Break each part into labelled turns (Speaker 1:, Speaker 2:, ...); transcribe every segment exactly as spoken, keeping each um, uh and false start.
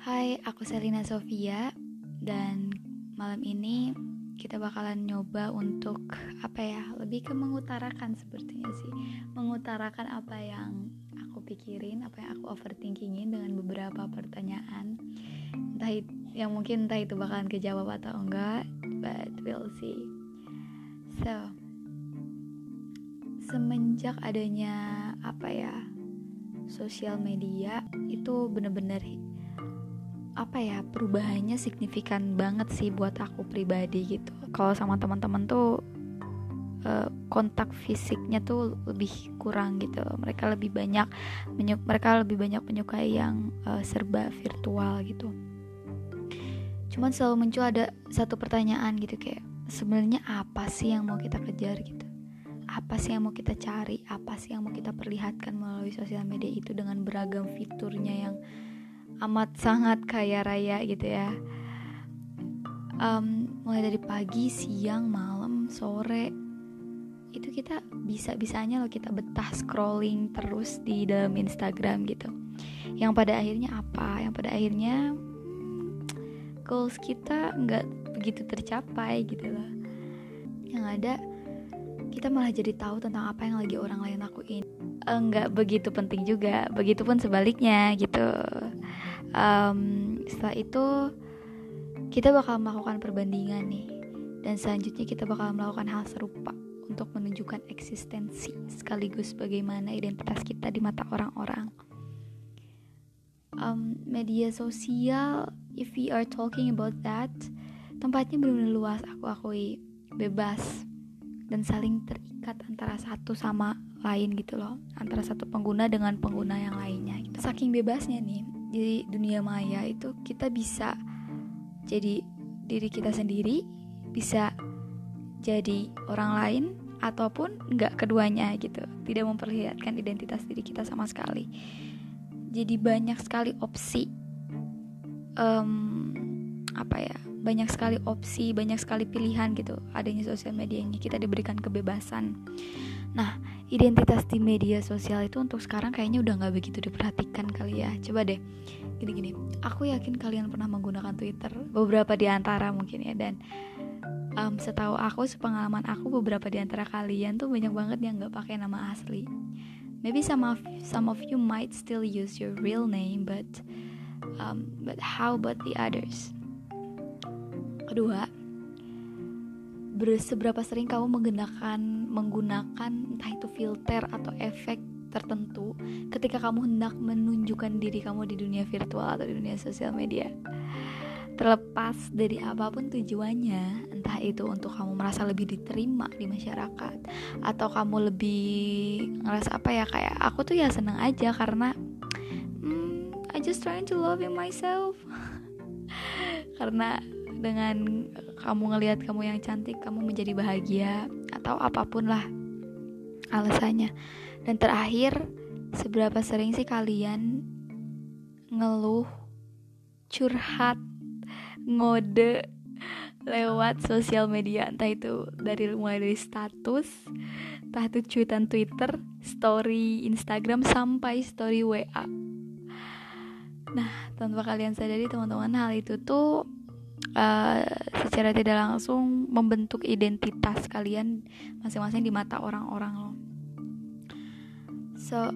Speaker 1: Hai, aku Selina Sofia dan malam ini kita bakalan nyoba untuk apa ya, lebih ke mengutarakan sepertinya sih, mengutarakan apa yang aku pikirin, apa yang aku overthinkingin dengan beberapa pertanyaan, entah itu, yang mungkin entah itu bakalan kejawab atau enggak, but we'll see. So, semenjak adanya apa ya, sosial media itu bener-bener apa ya, perubahannya signifikan banget sih buat aku pribadi gitu. Kalau sama teman-teman tuh uh, kontak fisiknya tuh lebih kurang gitu. Mereka lebih banyak menyuk- mereka lebih banyak menyukai yang uh, serba virtual gitu. Cuman selalu muncul ada satu pertanyaan gitu, kayak sebenarnya apa sih yang mau kita kejar gitu? Apa sih yang mau kita cari? Apa sih yang mau kita perlihatkan melalui sosial media itu dengan beragam fiturnya yang amat sangat kaya raya gitu ya. Um, mulai dari pagi, siang, malam, sore, itu kita bisa-bisanya loh kita betah scrolling terus di dalam Instagram gitu. Yang pada akhirnya apa? Yang pada akhirnya hmm, goals kita nggak begitu tercapai gitu loh. Yang ada kita malah jadi tahu tentang apa yang lagi orang lain lakuin. Nggak begitu penting juga. Begitupun sebaliknya gitu. Um, setelah itu kita bakal melakukan perbandingan nih, dan selanjutnya kita bakal melakukan hal serupa untuk menunjukkan eksistensi sekaligus bagaimana identitas kita di mata orang-orang. Um, media sosial, if we are talking about that, tempatnya benar-benar luas, aku akui, bebas dan saling terikat antara satu sama lain gitu loh, antara satu pengguna dengan pengguna yang lainnya gitu. Saking bebasnya nih di dunia maya itu, kita bisa jadi diri kita sendiri, bisa jadi orang lain, ataupun enggak keduanya gitu, tidak memperlihatkan identitas diri kita sama sekali. Jadi banyak sekali opsi um, apa ya banyak sekali opsi, banyak sekali pilihan gitu adanya sosial media ini. Kita diberikan kebebasan. Nah, identitas di media sosial itu untuk sekarang kayaknya udah gak begitu diperhatikan kali ya. Coba deh, gini-gini, aku yakin kalian pernah menggunakan Twitter, beberapa di antara mungkin ya. Dan um, setahu aku, sepengalaman aku, beberapa di antara kalian tuh banyak banget yang gak pakai nama asli. Maybe some of, some of you might still use your real name, but um, But how about the others? Kedua, seberapa sering kamu menggunakan menggunakan entah itu filter atau efek tertentu ketika kamu hendak menunjukkan diri kamu di dunia virtual atau di dunia sosial media. Terlepas dari apapun tujuannya, entah itu untuk kamu merasa lebih diterima di masyarakat, atau kamu lebih ngerasa apa ya, kayak aku tuh ya seneng aja karena hmm, I just trying to love myself. Karena dengan kamu ngelihat kamu yang cantik, kamu menjadi bahagia, atau apapun lah alasannya. Dan terakhir, seberapa sering sih kalian ngeluh, curhat, ngode lewat sosial media, entah itu dari mulai dari status, entah itu cuitan Twitter, story Instagram, sampai story W A. Nah, tanpa kalian sadari teman-teman, hal itu tuh Uh, secara tidak langsung membentuk identitas kalian masing-masing di mata orang-orang loh. So,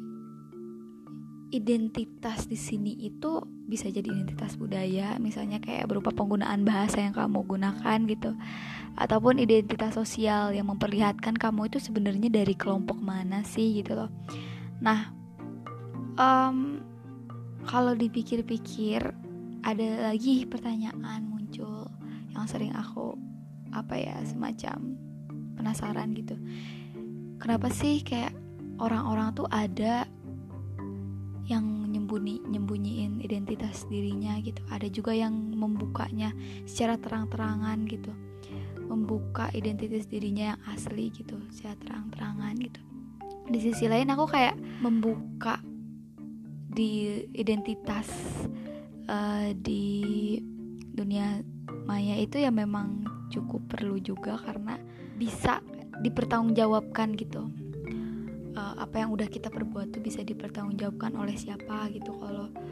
Speaker 1: identitas di sini itu bisa jadi identitas budaya, misalnya kayak berupa penggunaan bahasa yang kamu gunakan gitu, ataupun identitas sosial yang memperlihatkan kamu itu sebenarnya dari kelompok mana sih gitu loh. Nah, um, kalau dipikir-pikir, ada lagi pertanyaan muncul yang sering aku apa ya semacam penasaran gitu. Kenapa sih kayak orang-orang tuh ada yang nyembunyi nyembunyiin identitas dirinya gitu, ada juga yang membukanya secara terang-terangan gitu, membuka identitas dirinya yang asli gitu secara terang-terangan gitu. Di sisi lain aku kayak membuka di identitas Uh, di dunia maya itu ya memang cukup perlu juga, karena bisa dipertanggungjawabkan gitu. Uh, apa yang udah kita perbuat tuh bisa dipertanggungjawabkan oleh siapa gitu. Kalau uh,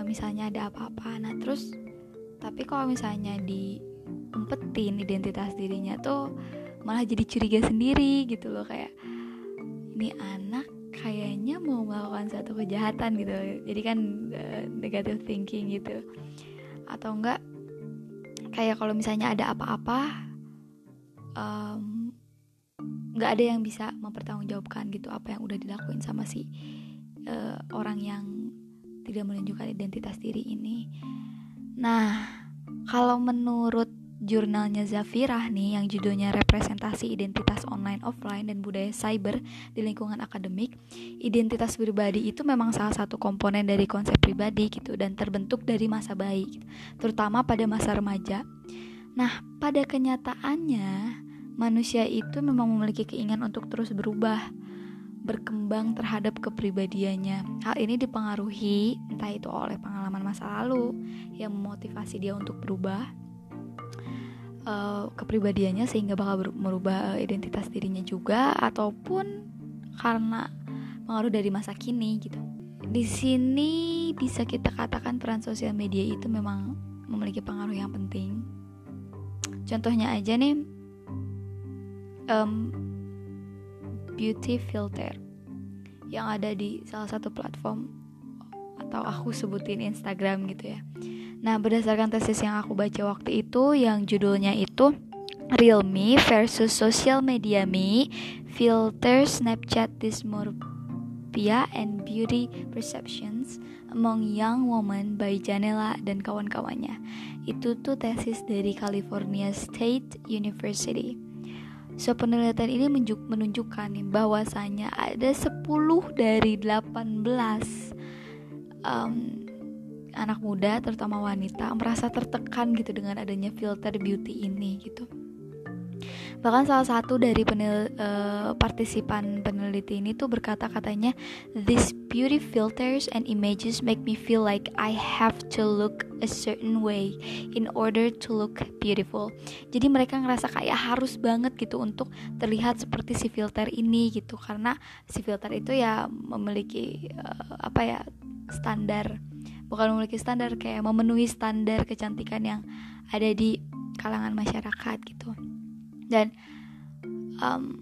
Speaker 1: uh, misalnya ada apa-apa. Nah terus tapi kalau misalnya diumpetin identitas dirinya tuh malah jadi curiga sendiri gitu loh, kayak ini anak kayaknya mau melakukan satu kejahatan gitu. Jadi kan uh, negative thinking gitu. Atau enggak kayak kalau misalnya ada apa-apa um, nggak ada yang bisa mempertanggungjawabkan gitu apa yang udah dilakuin sama si uh, orang yang tidak menunjukkan identitas diri ini. Nah, kalau menurut jurnalnya Zafirah nih yang judulnya Representasi Identitas Online Offline dan Budaya Cyber di Lingkungan Akademik, identitas pribadi itu memang salah satu komponen dari konsep pribadi gitu dan terbentuk dari masa bayi gitu, terutama pada masa remaja. Nah, pada kenyataannya manusia itu memang memiliki keinginan untuk terus berubah, berkembang terhadap kepribadiannya. Hal ini dipengaruhi entah itu oleh pengalaman masa lalu yang memotivasi dia untuk berubah uh, kepribadiannya sehingga bakal ber- merubah identitas dirinya juga, ataupun karena pengaruh dari masa kini gitu. Di sini bisa kita katakan peran sosial media itu memang memiliki pengaruh yang penting. Contohnya aja nih um, beauty filter yang ada di salah satu platform, atau aku sebutin Instagram gitu ya. Nah, berdasarkan tesis yang aku baca waktu itu yang judulnya itu Real Me versus Social Media Me, Filter Snapchat Dysmorphia and Beauty Perceptions Among Young Women by Janela dan kawan-kawannya. Itu tuh tesis dari California State University. So, penelitian ini menunjukkan nih bahwasanya ada sepuluh dari delapan belas um, anak muda, terutama wanita, merasa tertekan gitu dengan adanya filter beauty ini gitu. Bahkan salah satu dari penel, uh, partisipan peneliti ini tuh berkata katanya, "These beauty filters and images make me feel like I have to look a certain way in order to look beautiful." Jadi mereka ngerasa kayak harus banget gitu untuk terlihat seperti si filter ini gitu, karena si filter itu ya memiliki uh, apa ya standar, bukan memiliki standar, kayak memenuhi standar kecantikan yang ada di kalangan masyarakat gitu. Dan um,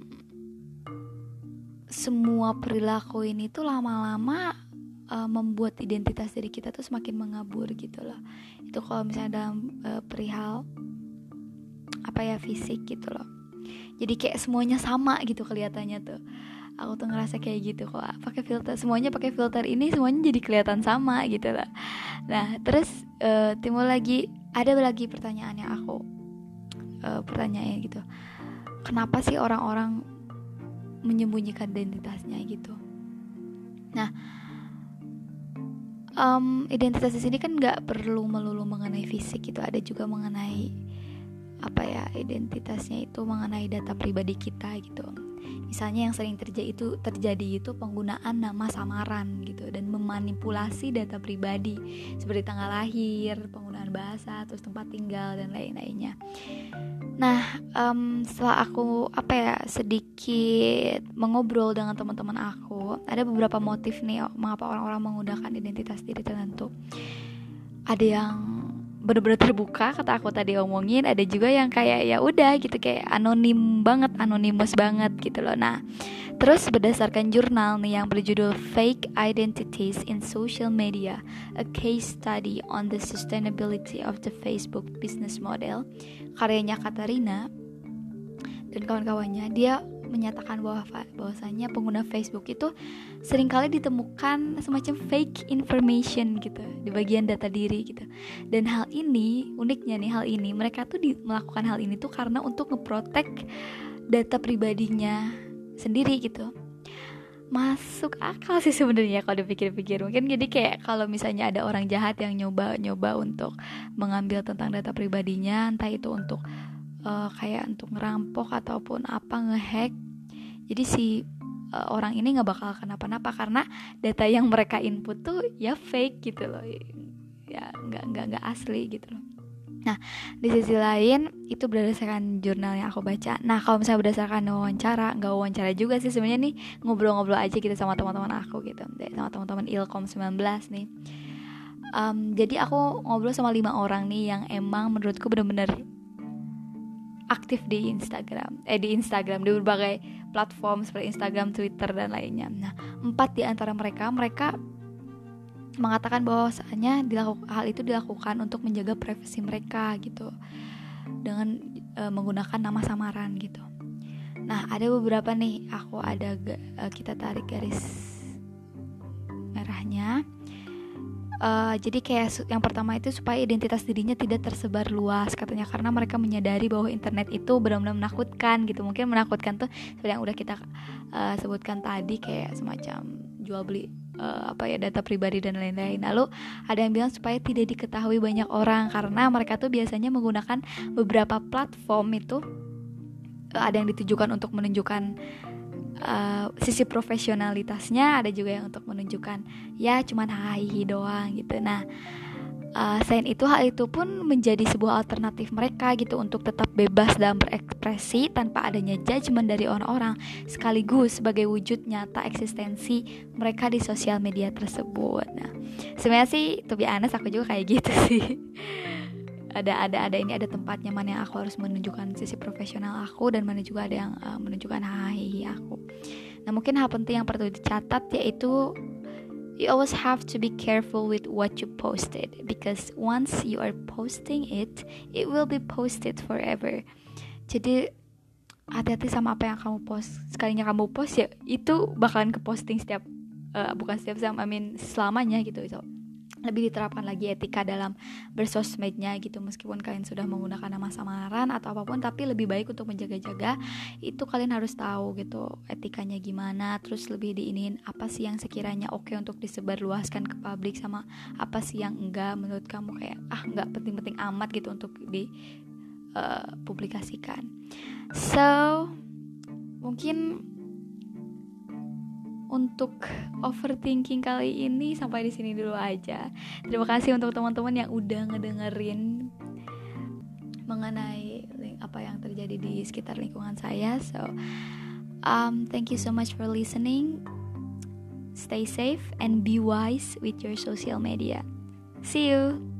Speaker 1: semua perilaku ini tuh lama-lama uh, membuat identitas diri kita tuh semakin mengabur gitu loh. Itu kalau misalnya dalam uh, perihal apa ya fisik gitu loh. Jadi kayak semuanya sama gitu kelihatannya tuh. Aku tuh ngerasa kayak gitu kok. Pakai filter, semuanya pakai filter ini, semuanya jadi kelihatan sama gitu loh. Nah, terus uh, timbul lagi ada lagi pertanyaan yang aku uh, pertanyaannya gitu. Kenapa sih orang-orang menyembunyikan identitasnya gitu? Nah, um, identitas di sini kan nggak perlu melulu mengenai fisik gitu, ada juga mengenai apa ya identitasnya itu mengenai data pribadi kita gitu. Misalnya yang sering terjadi itu terjadi itu penggunaan nama samaran gitu dan memanipulasi data pribadi seperti tanggal lahir, penggunaan bahasa, terus tempat tinggal dan lain-lainnya. Nah, um, setelah aku apa ya sedikit mengobrol dengan teman-teman aku, ada beberapa motif nih mengapa orang-orang menggunakan identitas diri tertentu. Ada yang benar-benar terbuka, kata aku tadi omongin, ada juga yang kayak ya udah gitu, kayak anonim banget, anonimus banget gitu loh. Nah, terus berdasarkan jurnal nih yang berjudul Fake Identities in Social Media, a Case Study on the Sustainability of the Facebook Business Model, karyanya Katarina dan kawan-kawannya, dia menyatakan bahwa bahwasanya pengguna Facebook itu seringkali ditemukan semacam fake information gitu di bagian data diri gitu. Dan hal ini, uniknya nih hal ini, mereka tuh di, melakukan hal ini tuh karena untuk ngeprotek data pribadinya sendiri gitu. Masuk akal sih sebenarnya kalau dipikir-pikir. Mungkin jadi kayak kalau misalnya ada orang jahat yang nyoba-nyoba untuk mengambil tentang data pribadinya, entah itu untuk Uh, kayak untuk ngerampok ataupun apa, ngehack. Jadi si uh, orang ini nggak bakal kenapa-napa karena data yang mereka input tuh ya fake gitu loh, ya nggak nggak nggak asli gitu loh. Nah, di sisi lain itu berdasarkan jurnal yang aku baca. Nah, kalau misalnya berdasarkan wawancara, nggak wawancara juga sih sebenarnya nih, ngobrol-ngobrol aja gitu sama teman-teman aku gitu, sama teman-teman Ilkom sembilan belas nih. um, jadi aku ngobrol sama lima orang nih yang emang menurutku benar-benar aktif di Instagram, eh di Instagram di berbagai platform seperti Instagram, Twitter dan lainnya. Nah, empat di antara mereka, mereka mengatakan bahwasanya dilaku, hal itu dilakukan untuk menjaga privasi mereka gitu, dengan e, menggunakan nama samaran gitu. Nah, ada beberapa nih, aku ada e, kita tarik garis merahnya. Uh, jadi kayak yang pertama itu supaya identitas dirinya tidak tersebar luas katanya, karena mereka menyadari bahwa internet itu benar-benar menakutkan gitu. Mungkin menakutkan tuh seperti yang udah kita uh, sebutkan tadi, kayak semacam jual beli uh, apa ya data pribadi dan lain-lain. Lalu ada yang bilang supaya tidak diketahui banyak orang, karena mereka tuh biasanya menggunakan beberapa platform itu uh, ada yang ditujukan untuk menunjukkan Uh, sisi profesionalitasnya, ada juga yang untuk menunjukkan ya cuman hahihi doang gitu. Nah, uh, selain itu hal itu pun menjadi sebuah alternatif mereka gitu untuk tetap bebas dalam berekspresi tanpa adanya judgement dari orang-orang, sekaligus sebagai wujud nyata eksistensi mereka di sosial media tersebut. Nah, sebenarnya sih to be honest aku juga kayak gitu sih. ada ada ada ini ada tempatnya mana yang aku harus menunjukkan sisi profesional aku, dan mana juga ada yang uh, menunjukkan hahihi aku. Nah, mungkin hal penting yang perlu dicatat yaitu you always have to be careful with what you posted, because once you are posting it, it will be posted forever. Jadi hati-hati sama apa yang kamu post. Sekalinya kamu post ya itu bakalan keposting setiap uh, bukan setiap jam, I mean selamanya gitu. So, lebih diterapkan lagi etika dalam bersosmednya gitu, meskipun kalian sudah menggunakan nama samaran atau apapun, tapi lebih baik untuk menjaga-jaga itu. Kalian harus tahu gitu etikanya gimana, terus lebih diinin apa sih yang sekiranya oke untuk disebarluaskan ke publik, sama apa sih yang enggak menurut kamu kayak ah enggak penting-penting amat gitu untuk dipublikasikan. uh, So mungkin untuk overthinking kali ini sampai di sini dulu aja. Terima kasih untuk teman-teman yang udah ngedengerin mengenai apa yang terjadi di sekitar lingkungan saya. So, um, thank you so much for listening. Stay safe and be wise with your social media. See you.